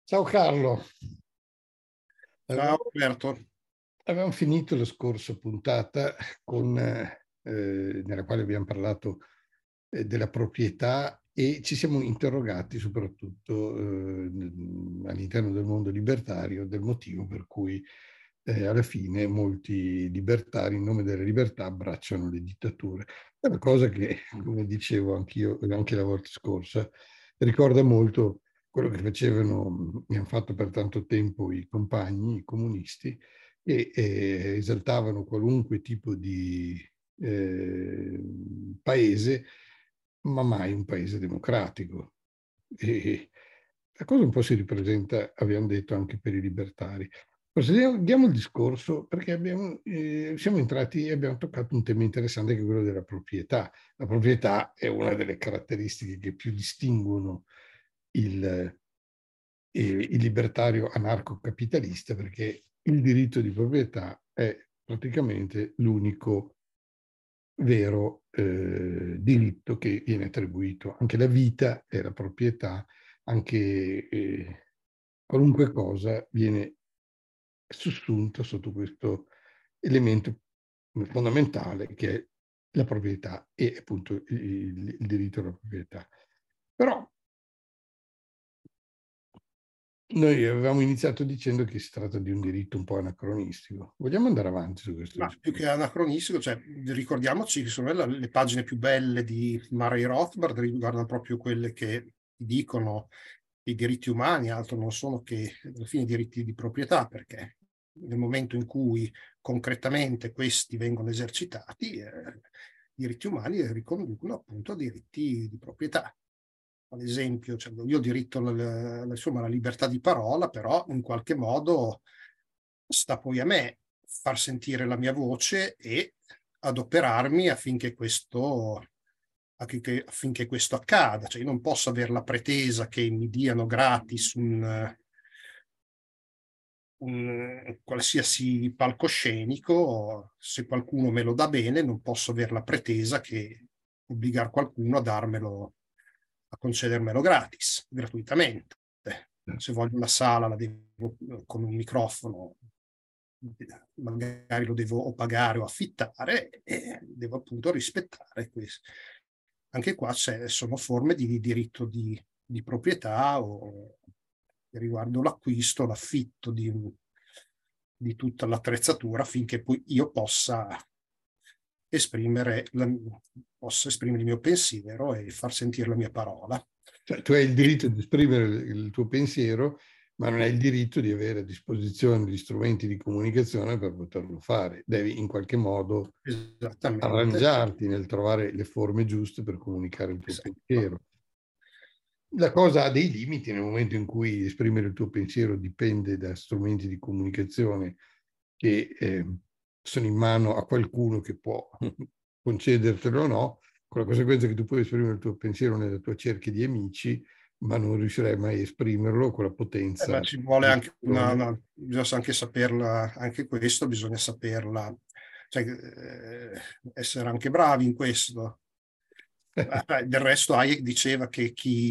Ciao Carlo. Ciao Avevamo, Roberto. avevamo finito la scorsa puntata nella quale abbiamo parlato della proprietà e ci siamo interrogati soprattutto all'interno del mondo libertario del motivo per cui alla fine molti libertari in nome della libertà abbracciano le dittature. È una cosa che, come dicevo anch'io, anche la volta scorsa, ricorda molto quello che facevano, mi hanno fatto per tanto tempo i compagni, i comunisti, che esaltavano qualunque tipo di eh, paese, ma mai un paese democratico. E la cosa un po' si ripresenta, abbiamo detto, anche per i libertari. Diamo il discorso perché siamo entrati e abbiamo toccato un tema interessante che è quello della proprietà. La proprietà è una delle caratteristiche che più distinguono il, il libertario anarcocapitalista, perché il diritto di proprietà è praticamente l'unico vero diritto che viene attribuito. Anche la vita è la proprietà, anche qualunque cosa viene sussunta sotto questo elemento fondamentale che è la proprietà e appunto il diritto alla proprietà. Però noi avevamo iniziato dicendo che si tratta di un diritto un po' anacronistico. Vogliamo andare avanti su questo Ma più che discorso? anacronistico, cioè, ricordiamoci che sono le pagine più belle di Murray Rothbard riguardano proprio quelle che dicono i diritti umani, altro non sono che alla fine i diritti di proprietà, perché nel momento in cui concretamente questi vengono esercitati, i diritti umani riconducono appunto a diritti di proprietà. Ad esempio, cioè, io ho diritto alla libertà di parola, però in qualche modo sta poi a me far sentire la mia voce e adoperarmi affinché questo accada. Cioè, io non posso avere la pretesa che mi diano gratis un qualsiasi palcoscenico. Se qualcuno me lo dà bene, non posso avere la pretesa che obbligare qualcuno a darmelo, a concedermelo gratis, gratuitamente. Se voglio una sala la devo con un microfono, magari lo devo o pagare o affittare, e devo appunto rispettare questo. Anche qua sono forme di diritto di proprietà o riguardo l'acquisto, l'affitto di tutta l'attrezzatura affinché poi io esprimere, possa esprimere il mio pensiero e far sentire la mia parola. Cioè, tu hai il E, diritto di esprimere il tuo pensiero, ma non hai il diritto di avere a disposizione gli strumenti di comunicazione per poterlo fare. Devi in qualche modo esattamente. arrangiarti nel trovare le forme giuste per comunicare il tuo Esatto. pensiero. La cosa ha dei limiti nel momento in cui esprimere il tuo pensiero dipende da strumenti di comunicazione che sono in mano a qualcuno che può concedertelo o no, con la conseguenza che tu puoi esprimere il tuo pensiero nella tua cerchia di amici, ma non riuscirai mai a esprimerlo con la potenza Ma ci vuole di anche persone. bisogna anche saperla, anche questo bisogna saperla, cioè, essere anche bravi in questo. Del resto Hayek diceva che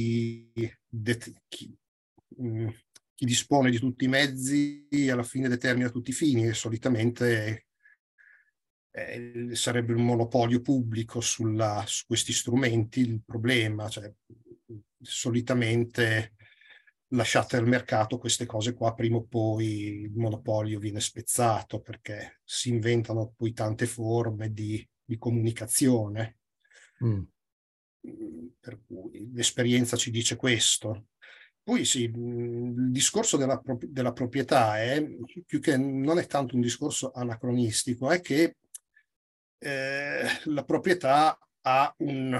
mh, chi dispone di tutti i mezzi alla fine determina tutti i fini, e solitamente sarebbe un monopolio pubblico su questi strumenti il problema. Cioè, solitamente lasciate al mercato queste cose qua, prima o poi il monopolio viene spezzato perché si inventano poi tante forme di comunicazione. Mm. Per cui l'esperienza ci dice questo. Poi sì, il discorso della proprietà è più che non è tanto un discorso anacronistico, è che la proprietà ha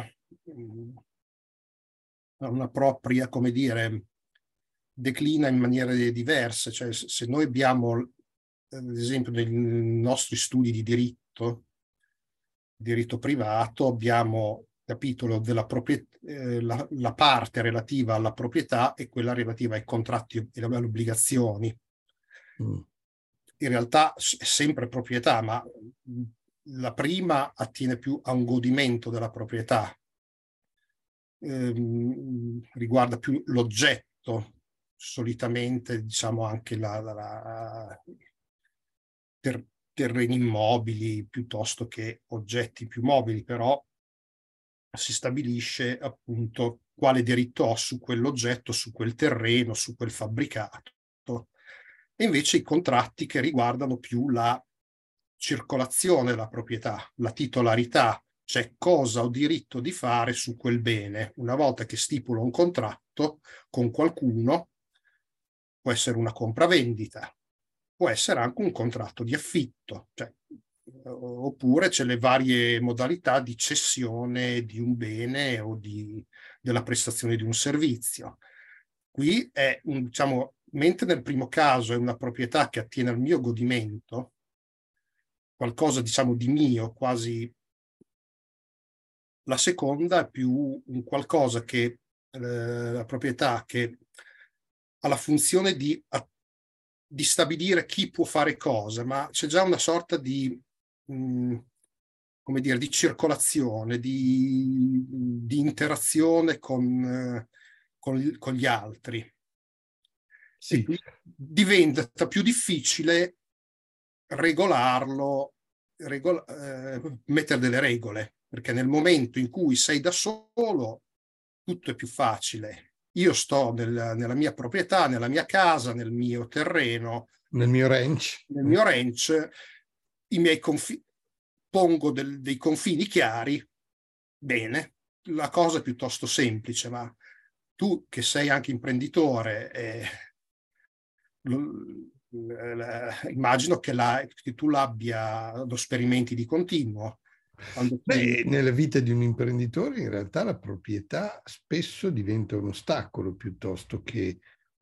una propria, come dire, declina in maniere diverse. Cioè, se noi abbiamo, ad esempio, nei nostri studi di diritto privato, abbiamo capitolo della proprietà, la parte relativa alla proprietà e quella relativa ai contratti e alle obbligazioni. Mm. In realtà è sempre proprietà, ma la prima attiene più a un godimento della proprietà, riguarda più l'oggetto, solitamente diciamo anche terreni immobili piuttosto che oggetti più mobili, però si stabilisce appunto quale diritto ho su quell'oggetto, su quel terreno, su quel fabbricato. E invece i contratti che riguardano più la circolazione della proprietà, la titolarità, cioè cosa ho diritto di fare su quel bene. Una volta che stipulo un contratto con qualcuno, può essere una compravendita, può essere anche un contratto di affitto, cioè, oppure c'è le varie modalità di cessione di un bene o della prestazione di un servizio. Qui è, diciamo, mentre nel primo caso è una proprietà che attiene al mio godimento, qualcosa diciamo di mio, quasi. La seconda è più un qualcosa che la proprietà che ha la funzione di stabilire chi può fare cosa, ma c'è già una sorta di, come dire, di circolazione, di interazione con gli altri. E Sì. qui diventa più difficile regolarlo, mettere delle regole, perché nel momento in cui sei da solo tutto è più facile. Io sto nella mia proprietà, nella mia casa, nel mio terreno, Nel mio ranch. nel mio ranch, i miei pongo dei confini chiari, bene, la cosa è piuttosto semplice, ma tu che sei anche imprenditore, immagino che tu lo sperimenti di continuo. Quando Beh, nella vita di un imprenditore in realtà la proprietà spesso diventa un ostacolo piuttosto che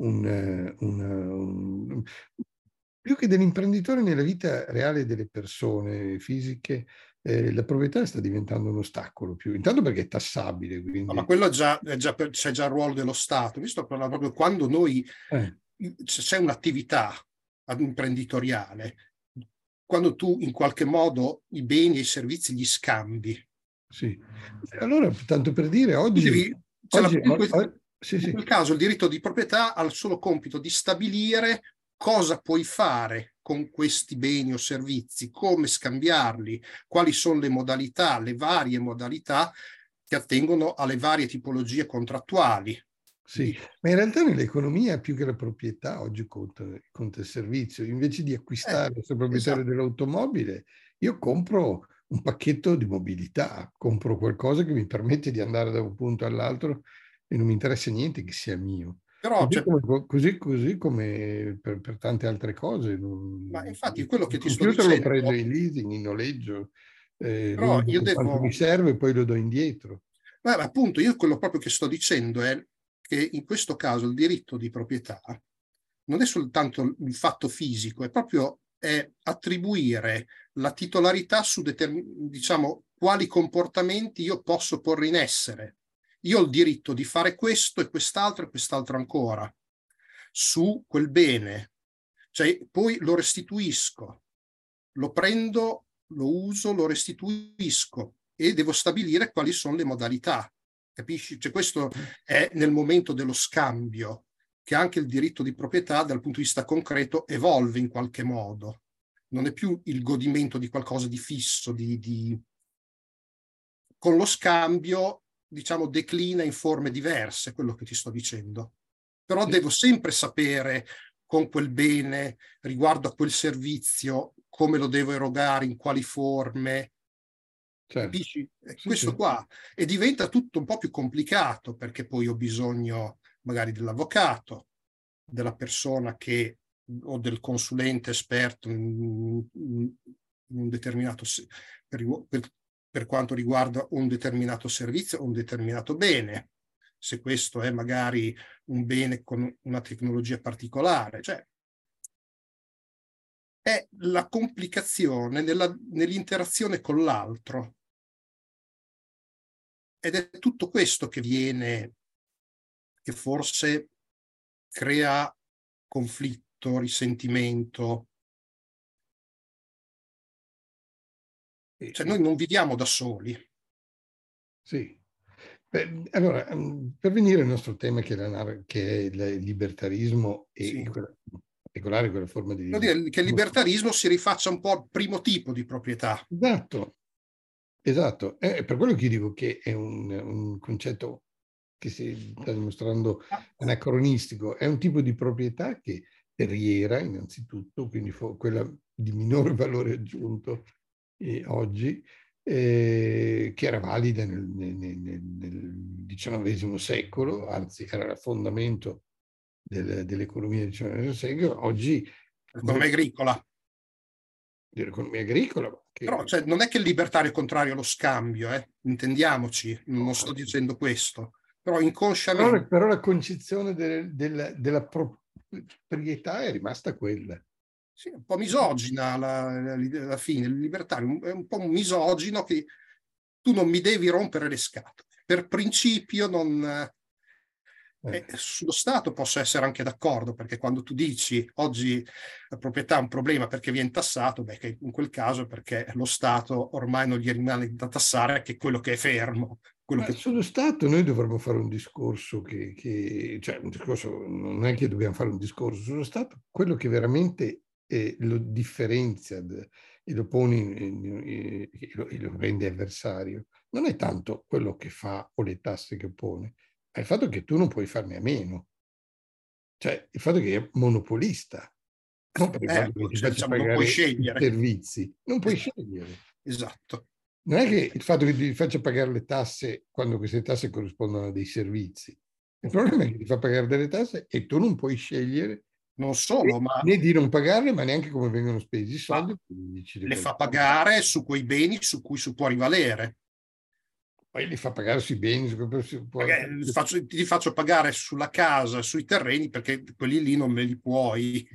più che dell'imprenditore nella vita reale delle persone fisiche, la proprietà sta diventando un ostacolo più, intanto perché è tassabile, No, ma quindi quello c'è già il ruolo dello Stato. Io sto parlando proprio quando c'è un'attività imprenditoriale, quando tu in qualche modo i beni e i servizi li scambi. sì. Allora, tanto per dire, Tu oggi, devi, c'è la- in quel, sì, in sì, quel caso il diritto di proprietà ha il solo compito di stabilire cosa puoi fare con questi beni o servizi, come scambiarli, quali sono le modalità, le varie modalità che attengono alle varie tipologie contrattuali. sì, ma in realtà nell'economia più che la proprietà oggi conta il servizio. Invece di acquistare, essere proprietario Esatto. dell'automobile, io compro un pacchetto di mobilità, compro qualcosa che mi permette di andare da un punto all'altro e non mi interessa niente che sia mio. Però, Così cioè, come, così come per tante altre cose. ma infatti quello Il che ti sto computer lo dicendo, prendo in leasing, in noleggio, lo però uso io per quanto mi devo, serve e poi lo do indietro. appunto, io quello proprio che sto dicendo è che in questo caso il diritto di proprietà non è soltanto il fatto fisico, è attribuire la titolarità su diciamo, quali comportamenti io posso porre in essere. Io ho il diritto di fare questo e quest'altro ancora su quel bene, cioè poi lo restituisco, lo prendo, lo uso, lo restituisco e devo stabilire quali sono le modalità. Capisci? Cioè, questo è nel momento dello scambio che anche il diritto di proprietà dal punto di vista concreto evolve in qualche modo. Non è più il godimento di qualcosa di fisso, con lo scambio, diciamo, declina in forme diverse, quello che ti sto dicendo. Però Sì, devo sempre sapere con quel bene, riguardo a quel servizio, come lo devo erogare, in quali forme, certo. capisci? Sì, Questo sì. qua. E diventa tutto un po' più complicato, perché poi ho bisogno magari dell'avvocato, della persona che, o del consulente esperto in un determinato, per quanto riguarda un determinato servizio o un determinato bene, se questo è magari un bene con una tecnologia particolare, cioè è la complicazione nell'interazione con l'altro. Ed è tutto questo che forse crea conflitto, risentimento. E- Cioè noi e- non viviamo da soli. sì. Allora, per venire al nostro tema che è il libertarismo e Sì. in particolare quella forma di Vuol dire che il libertarismo. libertarismo si rifaccia un po' al primo tipo di proprietà. Esatto, esatto. È per quello che io dico che è un concetto che si sta dimostrando anacronistico. È un tipo di proprietà che terriera, innanzitutto, quindi quella di minore valore aggiunto oggi, che era valida nel XIX secolo, anzi era il fondamento dell'economia del XIX secolo. Oggi L'economia agricola. dell'economia agricola, Però che cioè, non è che il libertario è contrario allo scambio, intendiamoci, non sto no, dicendo questo, però inconsciamente. però la concezione della proprietà è rimasta quella. Sì, un po' misogina alla fine, il libertario è un po' un misogino che tu non mi devi rompere le scatole. Per principio non. Sullo Stato posso essere anche d'accordo, perché quando tu dici oggi la proprietà è un problema perché viene tassato, beh, che in quel caso è perché lo Stato ormai non gli rimane da tassare che quello che è fermo. Quello Ma che. sullo Stato noi dovremmo fare un discorso cioè un discorso, non è che dobbiamo fare un discorso sullo Stato, quello che veramente lo differenzia e lo pone e lo rende avversario, non è tanto quello che fa o le tasse che pone, ma il fatto che tu non puoi farne a meno, cioè il fatto che è monopolista, non per il fatto che ti Cioè, faccia diciamo, non puoi pagare i scegliere. servizi, non puoi Esatto. scegliere. Esatto. Non è che il fatto che ti faccia pagare le tasse quando queste tasse corrispondono a dei servizi. Il problema è che ti fa pagare delle tasse e tu non puoi scegliere Non solo, ma, né di non pagarle, ma neanche come vengono spesi i ma soldi. Decide le fa qualcuno. pagare su quei beni su cui si può rivalere. Poi li fa pagare sui beni, Perché ti faccio pagare sulla casa, sui terreni, perché quelli lì non me li puoi.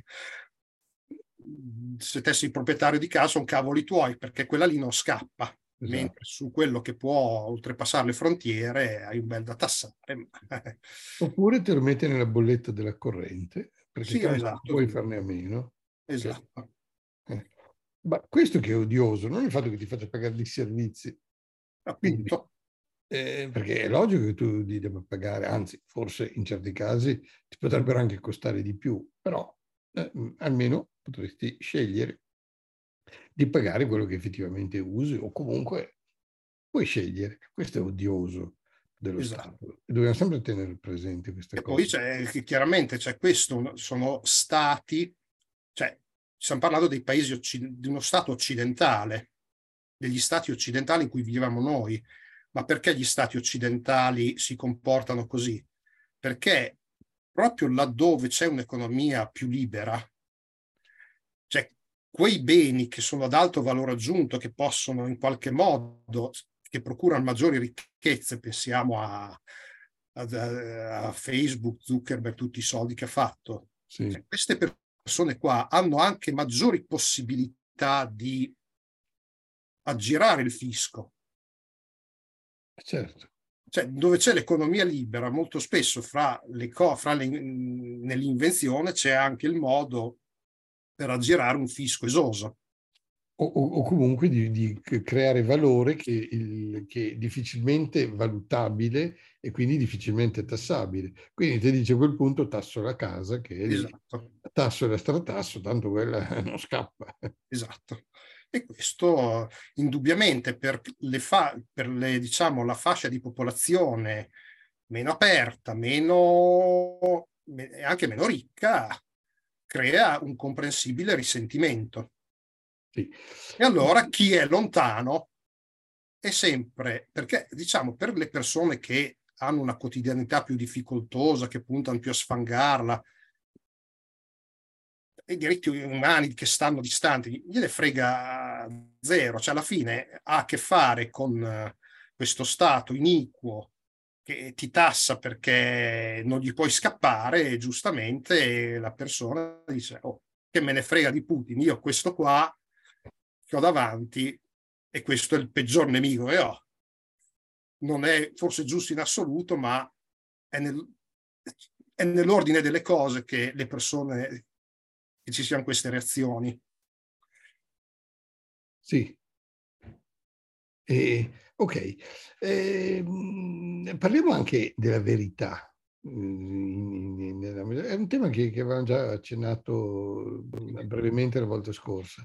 Se te sei proprietario di casa, sono cavoli tuoi, perché quella lì non scappa. Esatto. Mentre su quello che può oltrepassare le frontiere hai un bel da tassare. Oppure te lo metti nella bolletta della corrente, perché Sì, tanto non esatto, puoi farne a meno. Ok? esatto. Ma questo che è odioso, non il fatto che ti faccia pagare dei servizi. Quindi, Appunto. perché è logico che tu li debba pagare, anzi, forse in certi casi ti potrebbero anche costare di più, però almeno potresti scegliere di pagare quello che effettivamente usi o comunque puoi scegliere. Questo è odioso dello Esatto. Stato. E dobbiamo sempre tenere presente questa E poi cosa. c'è chiaramente c'è questo, sono stati, cioè stiamo parlando dei paesi di uno stato occidentale, degli stati occidentali in cui vivevamo noi. Ma perché gli stati occidentali si comportano così? Perché proprio laddove c'è un'economia più libera, cioè quei beni che sono ad alto valore aggiunto, che possono in qualche modo, che procurano maggiori ricchezze, pensiamo a Facebook, Zuckerberg, tutti i soldi che ha fatto. Sì, Cioè, queste persone qua hanno anche maggiori possibilità di aggirare il fisco. certo. Cioè, dove c'è l'economia libera, molto spesso nell'invenzione c'è anche il modo per aggirare un fisco esoso. O comunque di creare valore che è difficilmente valutabile e quindi difficilmente tassabile. Quindi ti dice a quel punto tasso la casa, che è lì, Esatto, tasso e la stratasso, tanto quella non scappa. esatto. E questo indubbiamente diciamo, la fascia di popolazione meno aperta, anche meno ricca, crea un comprensibile risentimento. Sì. E allora chi è lontano è sempre, perché diciamo per le persone che hanno una quotidianità più difficoltosa, che puntano più a sfangarla, e i diritti umani che stanno distanti, gliene frega zero, cioè alla fine ha a che fare con questo Stato iniquo che ti tassa perché non gli puoi scappare e giustamente la persona dice oh, che me ne frega di Putin, io questo qua che ho davanti e questo è il peggior nemico che ho. Non è forse giusto in assoluto, ma è, è nell'ordine delle cose che le persone, che ci siano queste reazioni. Sì. E Ok, parliamo anche della verità. È un tema che avevamo già accennato brevemente la volta scorsa.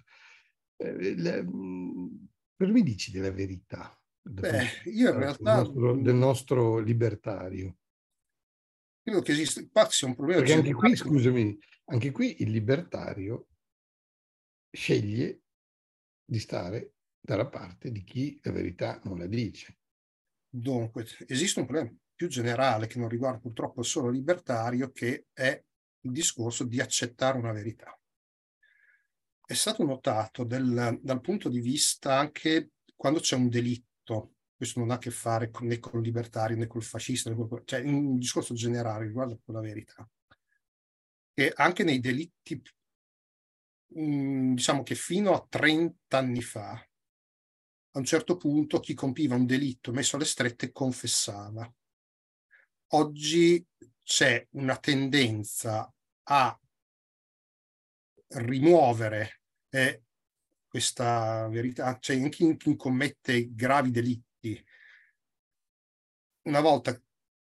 Cosa mi dici della verità dal punto di Io in vista realtà del nostro libertario? credo che esiste, qua sia un problema Perché anche qui, generale. scusami, anche qui il libertario sceglie di stare dalla parte di chi la verità non la dice. Dunque, esiste un problema più generale che non riguarda purtroppo solo il libertario, che è il discorso di accettare una verità. È stato notato dal punto di vista anche quando c'è un delitto, questo non ha a che fare né con il libertario né col fascista, cioè un discorso generale riguardo la verità, che anche nei delitti, diciamo che fino a 30 anni fa, a un certo punto chi compiva un delitto messo alle strette confessava. Oggi c'è una tendenza a rimuovere questa verità, cioè anche chi commette gravi delitti, una volta,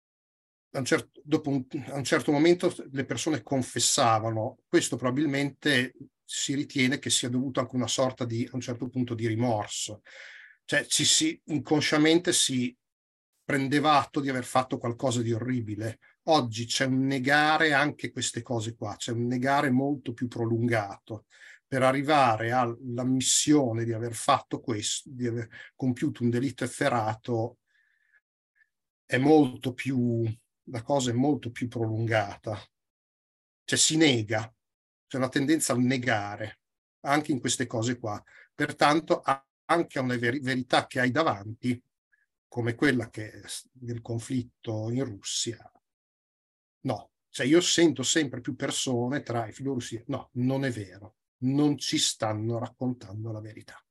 a un certo momento le persone confessavano, questo probabilmente si ritiene che sia dovuto anche a una sorta di, a un certo punto, di rimorso, cioè inconsciamente si prendeva atto di aver fatto qualcosa di orribile. Oggi c'è un negare anche queste cose qua, c'è un negare molto più prolungato per arrivare all'ammissione di aver fatto questo, di aver compiuto un delitto efferato. È molto più, la cosa è molto più prolungata, cioè si nega, c'è una tendenza al negare anche in queste cose qua. Pertanto anche a una verità che hai davanti, come quella del conflitto in Russia, no. Cioè io sento sempre più persone tra i filorussi, no, non è vero, non ci stanno raccontando la verità.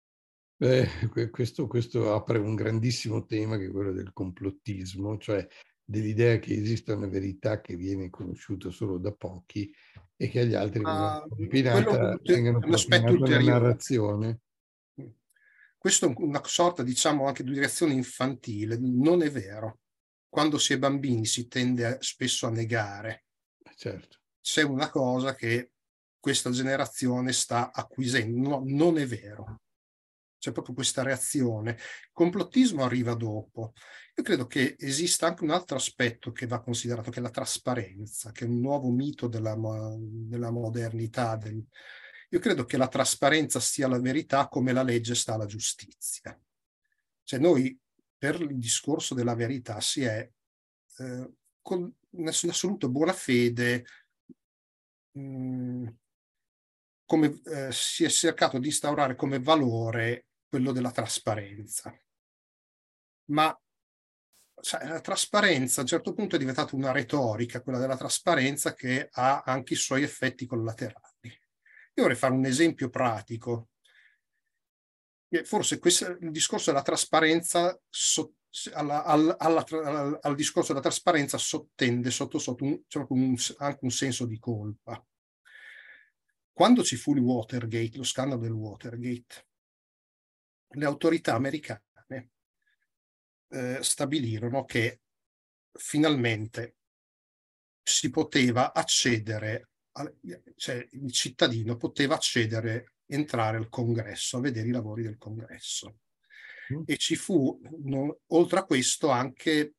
Questo apre un grandissimo tema che è quello del complottismo, cioè dell'idea che esista una verità che viene conosciuta solo da pochi e che agli altri Quello vengano è un aspetto propinata una ulteriore. narrazione. Questo è una sorta, diciamo, anche di direzione infantile. Non è vero. Quando si è bambini si tende spesso a negare. Certo. C'è una cosa che questa generazione sta acquisendo. No, non è vero. C'è proprio questa reazione. Il complottismo arriva dopo. Io credo che esista anche un altro aspetto che va considerato, che è la trasparenza, che è un nuovo mito della modernità. Io credo che la trasparenza sia la verità come la legge sta alla giustizia. Cioè noi, per il discorso della verità, si è con in assoluta buona fede, come si è cercato di instaurare come valore quello della trasparenza. Ma la trasparenza a un certo punto è diventata una retorica, quella della trasparenza, che ha anche i suoi effetti collaterali. Io vorrei fare un esempio pratico. Forse il discorso della trasparenza al discorso della trasparenza sottende sotto anche un senso di colpa. Quando ci fu il Watergate, lo scandalo del Watergate, le autorità americane stabilirono che finalmente si poteva accedere, cioè il cittadino poteva accedere, entrare al congresso, a vedere i lavori del congresso. E ci fu, oltre a questo, anche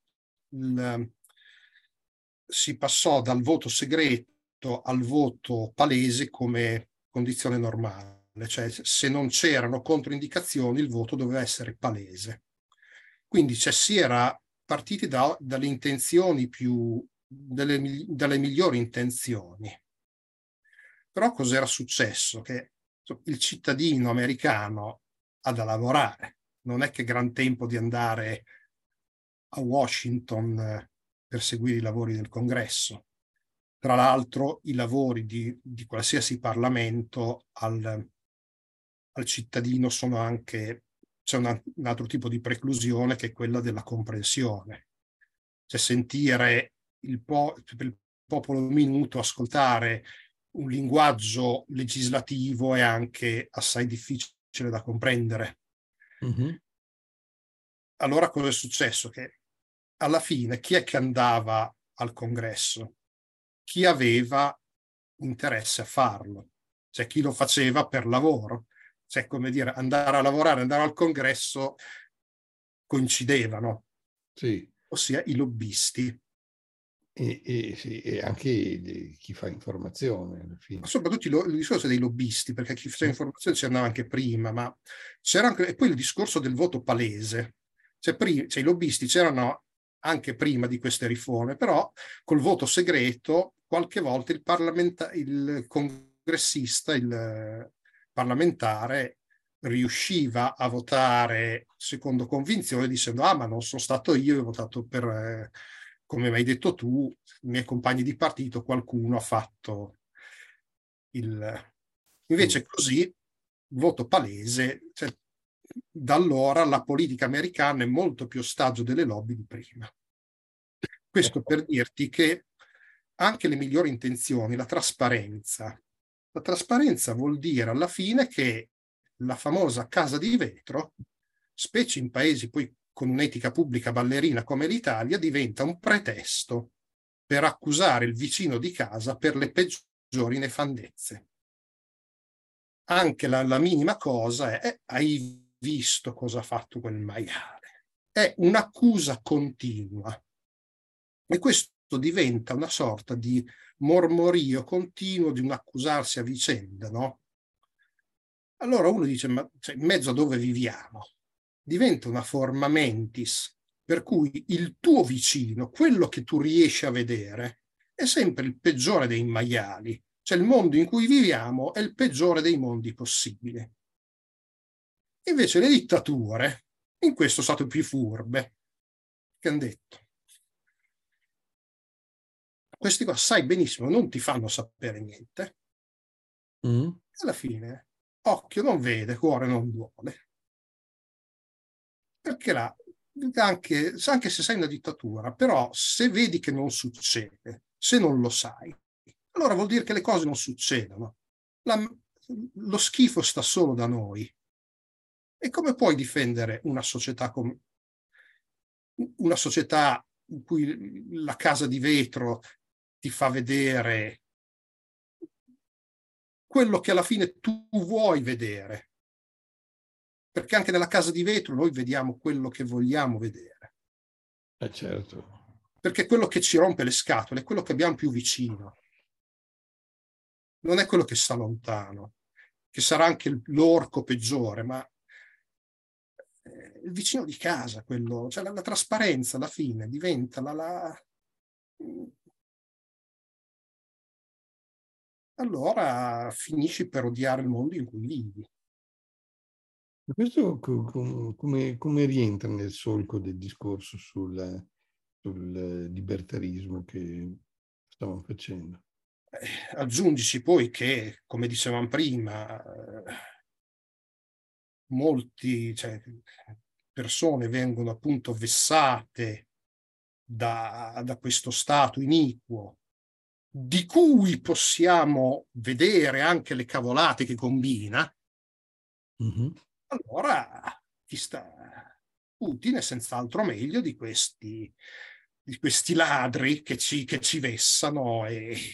si passò dal voto segreto al voto palese come condizione normale, cioè se non c'erano controindicazioni il voto doveva essere palese. Quindi si era partiti dalle intenzioni dalle migliori intenzioni. Però cos'era successo? Che il cittadino americano ha da lavorare, non è che gran tempo di andare a Washington per seguire i lavori del Congresso. Tra l'altro i lavori di qualsiasi Parlamento al cittadino sono anche, c'è un altro tipo di preclusione, che è quella della comprensione. Cioè sentire il popolo minuto, ascoltare un linguaggio legislativo è anche assai difficile da comprendere. Mm-hmm. allora cosa è successo? Che alla fine chi è che andava al congresso? Chi aveva interesse a farlo, cioè chi lo faceva per lavoro. Cioè, come dire, andare a lavorare, andare al congresso coincidevano, Sì. ossia i lobbisti. Sì, e anche chi fa informazione alla Ma fine. soprattutto il discorso dei lobbisti, perché chi faceva informazione ci andava anche prima, ma c'era anche, e poi il discorso del voto palese. Cioè, cioè, i lobbisti c'erano anche prima di queste riforme, però col voto segreto qualche volta il congressista, il parlamentare riusciva a votare secondo convinzione dicendo ma non sono stato io ho votato per, come mi hai detto tu, i miei compagni di partito, qualcuno ha fatto il... Sì. Invece così, voto palese, cioè, da allora la politica americana è molto più ostaggio delle lobby di prima. Questo per dirti che anche le migliori intenzioni, la trasparenza vuol dire alla fine che la famosa casa di vetro, specie in paesi poi con un'etica pubblica ballerina come l'Italia, diventa un pretesto per accusare il vicino di casa per le peggiori nefandezze. Anche la minima cosa è hai visto cosa ha fatto quel maiale? È un'accusa continua e questo diventa una sorta di mormorio continuo di un accusarsi a vicenda, no? Allora uno dice, ma cioè, in mezzo a dove viviamo? Diventa una forma mentis, per cui il tuo vicino, quello che tu riesci a vedere, è sempre il peggiore dei maiali. Cioè il mondo in cui viviamo è il peggiore dei mondi possibili. Invece le dittature, in questo sono state più furbe, che hanno detto, questi qua sai benissimo, non ti fanno sapere niente, Mm. e alla fine occhio non vede, cuore non duole. Perché là, anche se sei una dittatura, però se vedi che non succede, se non lo sai, allora vuol dire che le cose non succedono. La, lo schifo sta solo da noi. E come puoi difendere una società in cui la casa di vetro ti fa vedere quello che alla fine tu vuoi vedere? Perché anche nella casa di vetro noi vediamo quello che vogliamo vedere. Certo. Perché è quello che ci rompe le scatole, è quello che abbiamo più vicino, non è quello che sta lontano, che sarà anche l'orco peggiore, ma il vicino di casa, quello, cioè la trasparenza alla fine diventa allora finisci per odiare il mondo in cui vivi. Questo come rientra nel solco del discorso sul libertarismo che stavamo facendo? Aggiungici poi che, come dicevamo prima, molti, cioè, persone vengono appunto vessate da questo stato iniquo, di cui possiamo vedere anche le cavolate che combina, Mm-hmm. allora chi sta Putin è senz'altro meglio di questi ladri che ci vessano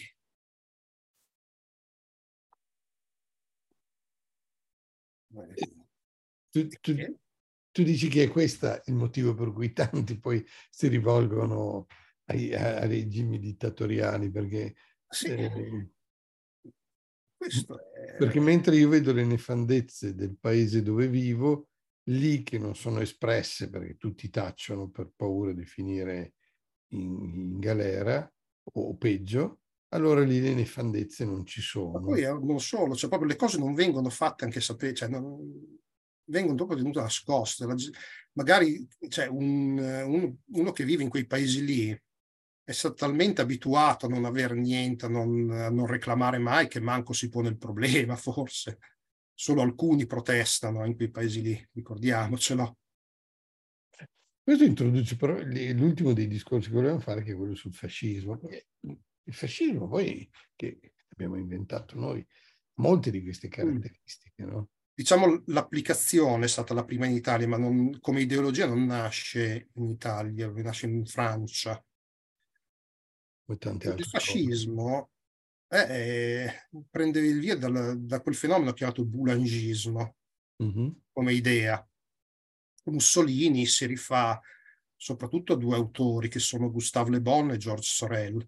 Tu, tu, che, tu dici che è questo il motivo per cui tanti poi si rivolgono a regimi dittatoriali, sì, eh, questo è perché mentre io vedo le nefandezze del paese dove vivo, lì che non sono espresse perché tutti tacciono per paura di finire in galera o peggio, allora lì le nefandezze non ci ma poi sono. non solo, cioè proprio le cose non vengono fatte anche sapere, cioè vengono proprio tenute nascoste. Magari cioè, uno che vive in quei paesi lì è stato talmente abituato a non avere niente, a non reclamare mai, che manco si pone il problema, forse. Solo alcuni protestano in quei paesi lì, ricordiamocelo. Questo introduce però l'ultimo dei discorsi che volevamo fare, che è quello sul fascismo. Perché il fascismo poi, che abbiamo inventato noi, molte di queste Mm. caratteristiche, no? diciamo, l'applicazione è stata la prima in Italia, ma come ideologia non nasce in Italia, nasce in Francia. come tante Il altre cose. fascismo prende il via da quel fenomeno chiamato boulangismo Mhm. come idea. Mussolini si rifà soprattutto a due autori che sono Gustave Le Bon e Georges Sorel.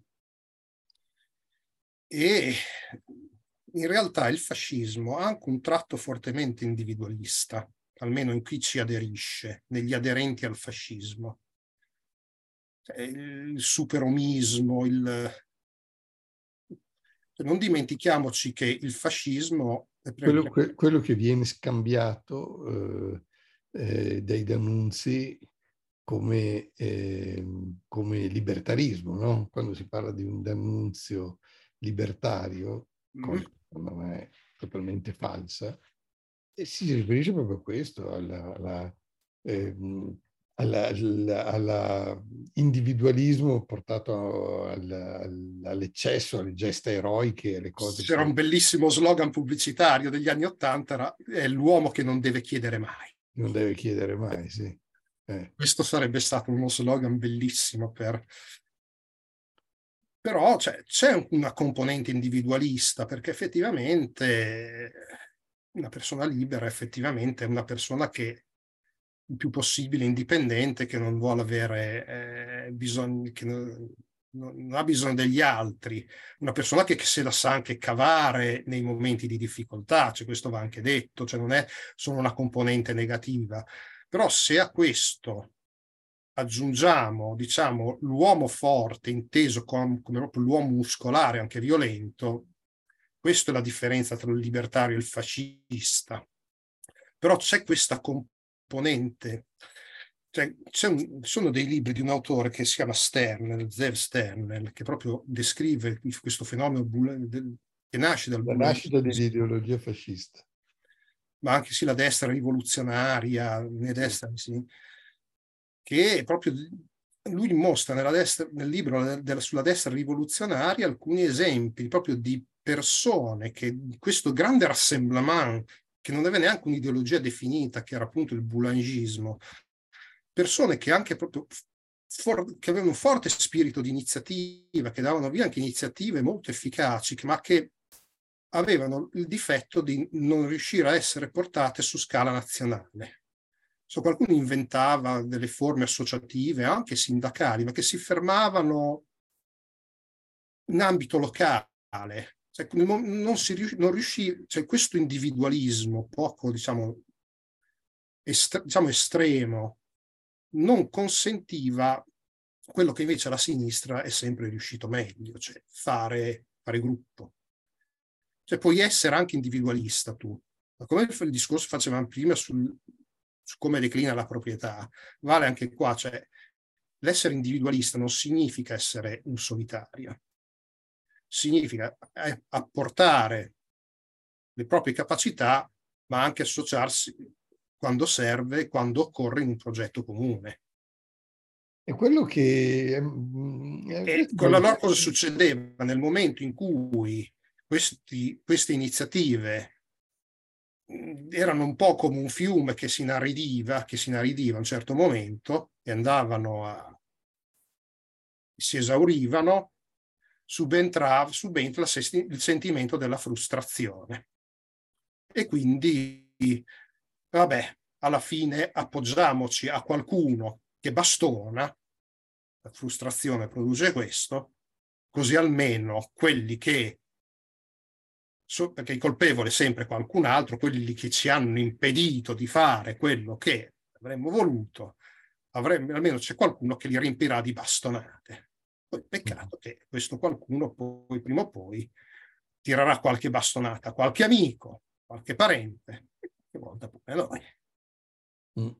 E in realtà il fascismo ha anche un tratto fortemente individualista, almeno in chi ci aderisce, negli aderenti al fascismo. Il superomismo, non dimentichiamoci che il fascismo... Quello che viene scambiato dai D'Annunzi come libertarismo, no? Quando si parla di un D'Annunzio libertario, cosa secondo me è totalmente falsa, e si riferisce proprio a questo, ehm, alla individualismo portato all'eccesso, alle gesta eroiche, alle cose C'era un che bellissimo slogan pubblicitario degli anni '80, è l'uomo che non deve chiedere mai. non deve chiedere mai, sì. Questo sarebbe stato uno slogan bellissimo però c'è una componente individualista, perché effettivamente una persona libera effettivamente è una persona che il più possibile indipendente, che non vuole avere bisogno, che non ha bisogno degli altri, una persona che se la sa anche cavare nei momenti di difficoltà, cioè questo va anche detto, cioè non è solo una componente negativa, però se a questo aggiungiamo, diciamo, l'uomo forte inteso come proprio l'uomo muscolare, anche violento, questa è la differenza tra il libertario e il fascista. Però c'è questa componente, cioè, sono dei libri di un autore che si chiama Sternel, Zev Sternel, che proprio descrive questo fenomeno che nasce dal La nascita bulanismo, dell'ideologia fascista. ma anche sì la destra rivoluzionaria, né Sì. destra, sì, che proprio lui mostra nel libro sulla destra rivoluzionaria alcuni esempi proprio di persone che questo grande rassemblement, che non aveva neanche un'ideologia definita, che era appunto il boulangismo, persone che anche proprio che avevano un forte spirito di iniziativa, che davano via anche iniziative molto efficaci, ma che avevano il difetto di non riuscire a essere portate su scala nazionale. Qualcuno inventava delle forme associative, anche sindacali, ma che si fermavano in ambito locale. Cioè, non riuscì, cioè, questo individualismo poco, diciamo, diciamo estremo non consentiva quello che invece la sinistra è sempre riuscito meglio, cioè fare gruppo. Cioè puoi essere anche individualista tu, ma come il discorso facevamo prima su come declina la proprietà, vale anche qua, cioè l'essere individualista non significa essere un solitario, significa apportare le proprie capacità, ma anche associarsi quando serve, quando occorre in un progetto comune. È quello che... E con la LOR cosa succedeva? Nel momento in cui queste iniziative erano un po' come un fiume che si inaridiva a un certo momento e si esaurivano, subentra il sentimento della frustrazione. E quindi, vabbè, alla fine appoggiamoci a qualcuno che bastona, la frustrazione produce questo, così almeno quelli che, perché il colpevole è sempre qualcun altro, quelli che ci hanno impedito di fare quello che avremmo voluto, almeno c'è qualcuno che li riempirà di bastonate. Poi peccato che questo qualcuno poi prima o poi tirerà qualche bastonata, qualche amico, qualche parente, qualche volta pure noi. Mm.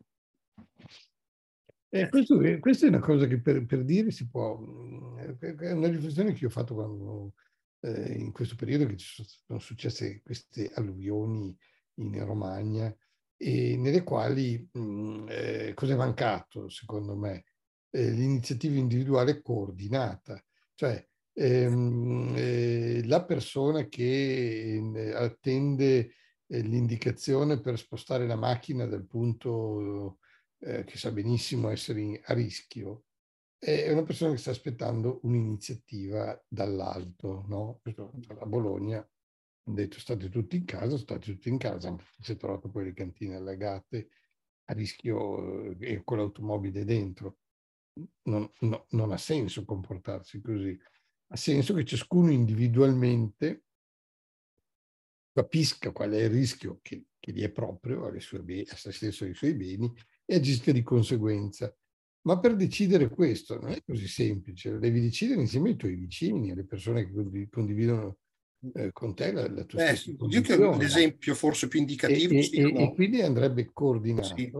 Questa è una cosa che per dire si può, è una riflessione che io ho fatto quando, in questo periodo che ci sono successe queste alluvioni in Romagna, e nelle quali cosa è mancato, secondo me? L'iniziativa individuale coordinata, cioè la persona che attende l'indicazione per spostare la macchina dal punto che sa benissimo essere a rischio, è una persona che sta aspettando un'iniziativa dall'alto, no? A Bologna hanno detto state tutti in casa, si è trovato poi le cantine allagate a rischio e con l'automobile dentro. Non ha senso comportarsi così. Ha senso che ciascuno individualmente capisca qual è il rischio che gli è proprio a se stesso e ai suoi beni e agisca di conseguenza. Ma per decidere questo non è così semplice, lo devi decidere insieme ai tuoi vicini, alle persone che condividono con te la tua stessa Io che condizione. l'esempio forse più indicativo E siano... quindi andrebbe Sì.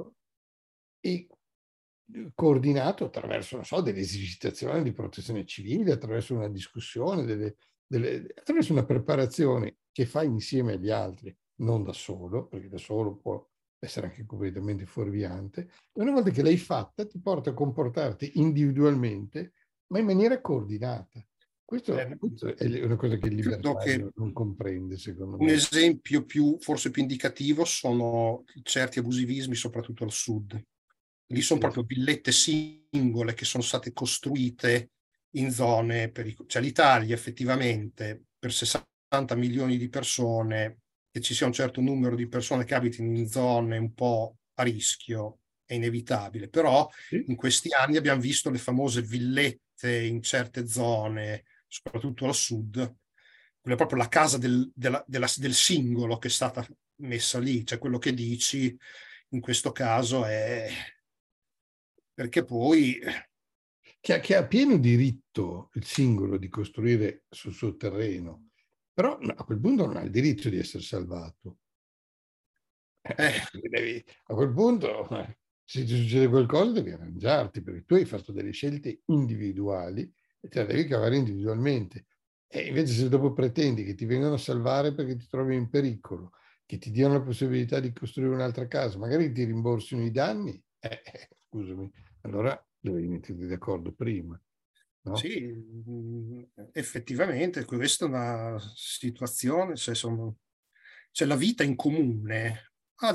coordinato attraverso, non so, delle esercitazioni di protezione civile, attraverso una discussione, attraverso una preparazione che fai insieme agli altri, non da solo, perché da solo può essere anche completamente fuorviante. E una volta che l'hai fatta, ti porta a comportarti individualmente, ma in maniera coordinata. Questo è una cosa che il Credo che libertario non comprende, secondo un me. esempio forse più indicativo sono certi abusivismi, soprattutto al sud. Lì sono Sì, proprio villette singole che sono state costruite in zone pericolose. Cioè l'Italia effettivamente per 60 milioni di persone, che ci sia un certo numero di persone che abitino in zone un po' a rischio è inevitabile, però sì. in questi anni abbiamo visto le famose villette in certe zone, soprattutto al sud, quella è proprio la casa del singolo che è stata messa lì, cioè quello che dici in questo caso è perché poi Che ha pieno diritto il singolo di costruire sul suo terreno, però a quel punto non ha il diritto di essere salvato. eh, A quel punto, se ti succede qualcosa, devi arrangiarti, perché tu hai fatto delle scelte individuali e te la devi cavare individualmente. E invece se dopo pretendi che ti vengano a salvare perché ti trovi in pericolo, che ti diano la possibilità di costruire un'altra casa, magari ti rimborsino i danni, scusami, allora dovevi metterti d'accordo prima, no? sì, effettivamente questa è una situazione, cioè la vita in comune ha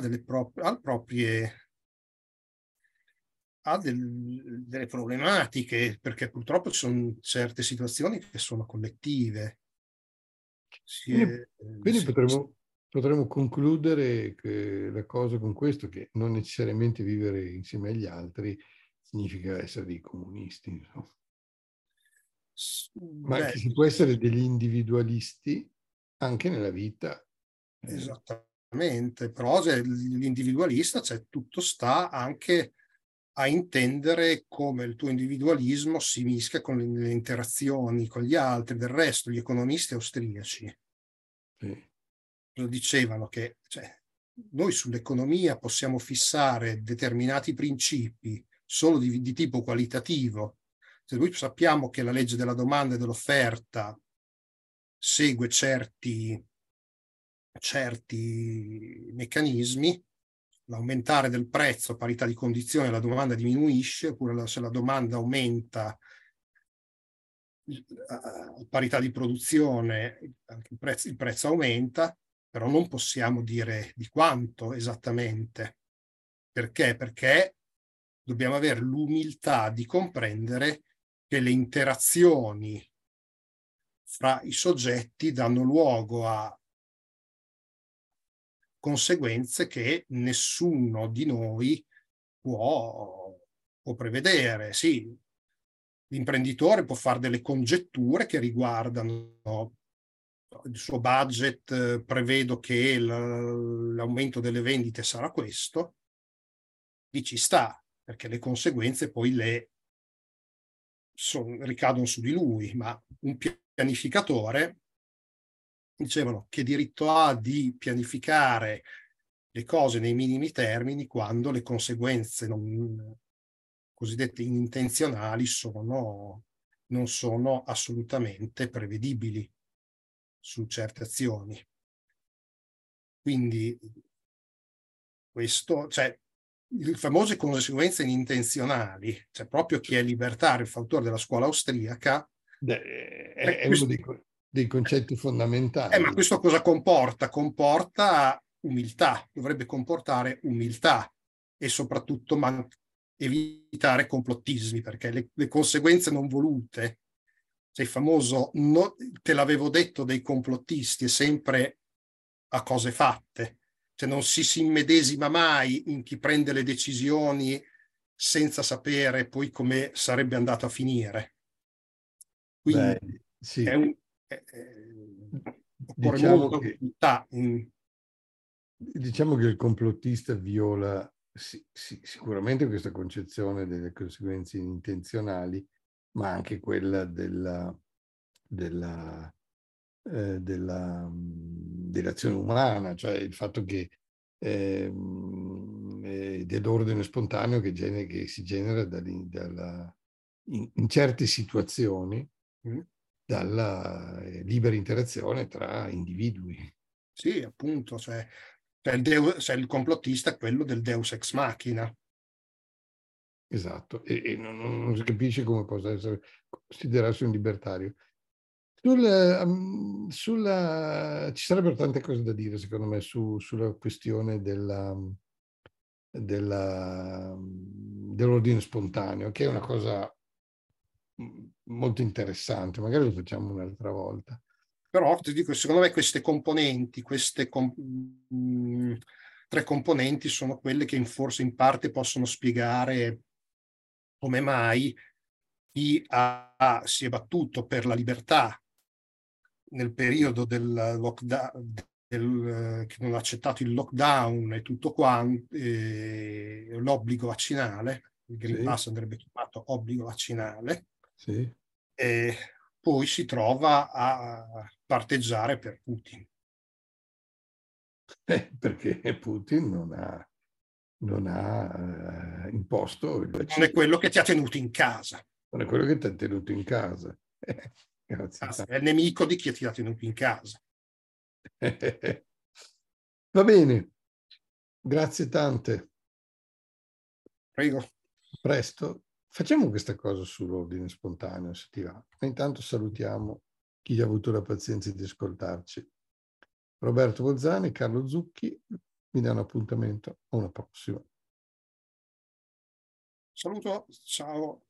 delle problematiche, perché purtroppo ci sono certe situazioni che sono collettive. Si Quindi, è- quindi si- potremmo concludere che la cosa con questo, che non necessariamente vivere insieme agli altri significa essere dei comunisti, insomma, ma Beh, che si può essere degli individualisti anche nella vita. esattamente, però l'individualista, cioè, tutto sta anche a intendere come il tuo individualismo si mischia con le interazioni con gli altri. Del resto, gli economisti austriaci Sì. lo dicevano che cioè, noi sull'economia possiamo fissare determinati principi solo di tipo qualitativo. Se noi sappiamo che la legge della domanda e dell'offerta segue certi meccanismi, l'aumentare del prezzo a parità di condizione, la domanda diminuisce, oppure se la domanda aumenta a parità di produzione, anche il prezzo aumenta, però non possiamo dire di quanto esattamente. Perché? Perché dobbiamo avere l'umiltà di comprendere che le interazioni fra i soggetti danno luogo a conseguenze che nessuno di noi può prevedere. Sì, l'imprenditore può fare delle congetture che riguardano il suo budget, prevedo che l'aumento delle vendite sarà questo, lì ci sta, perché le conseguenze poi ricadono su di lui, ma un pianificatore, dicevano, che diritto ha di pianificare le cose nei minimi termini quando le conseguenze cosiddette inintenzionali non sono assolutamente prevedibili su certe azioni. Quindi questo, cioè, le famose conseguenze inintenzionali, cioè proprio chi è libertario, il fautore della scuola austriaca, È uno dei concetti ma fondamentali. questo cosa comporta? Comporta umiltà, dovrebbe comportare umiltà e soprattutto evitare complottismi, perché le conseguenze non volute, sei famoso, no, te l'avevo detto dei complottisti, è sempre a cose fatte, cioè non si immedesima mai in chi prende le decisioni senza sapere poi come sarebbe andato a finire. Beh, Quindi sì, è un, occorre diciamo molta che, umiltà. diciamo che il complottista viola sicuramente questa concezione delle conseguenze intenzionali, ma anche quella dell'azione umana, cioè il fatto che dell'ordine spontaneo che si genera in certe situazioni Mm. dalla libera interazione tra individui. Sì, appunto, cioè il complottista è quello del Deus ex machina. Esatto, e non si capisce come possa considerarsi un libertario. Ci sarebbero tante cose da dire, secondo me, sulla questione dell'ordine spontaneo, che è una cosa molto interessante. Magari lo facciamo un'altra volta. Però ti dico, secondo me queste componenti, tre componenti sono quelle che forse in parte possono spiegare come mai chi si è battuto per la libertà nel periodo del lockdown, che non ha accettato il lockdown e tutto quanto, l'obbligo vaccinale, il Green Sì, Pass andrebbe chiamato obbligo vaccinale, sì. e poi si trova a parteggiare per Putin. Perché Putin non ha imposto il Non è vaccino, quello che ti ha tenuto in casa, non è quello che ti ha tenuto in casa. Grazie anzi, tanto. è il nemico di chi ti ha tenuto in casa. Va bene, grazie tante. Prego. Presto. Facciamo questa cosa sull'ordine spontaneo, se ti va. E intanto salutiamo chi ha avuto la pazienza di ascoltarci. Roberto Bolzani e Carlo Zucchi mi danno appuntamento a una prossima. Saluto, ciao.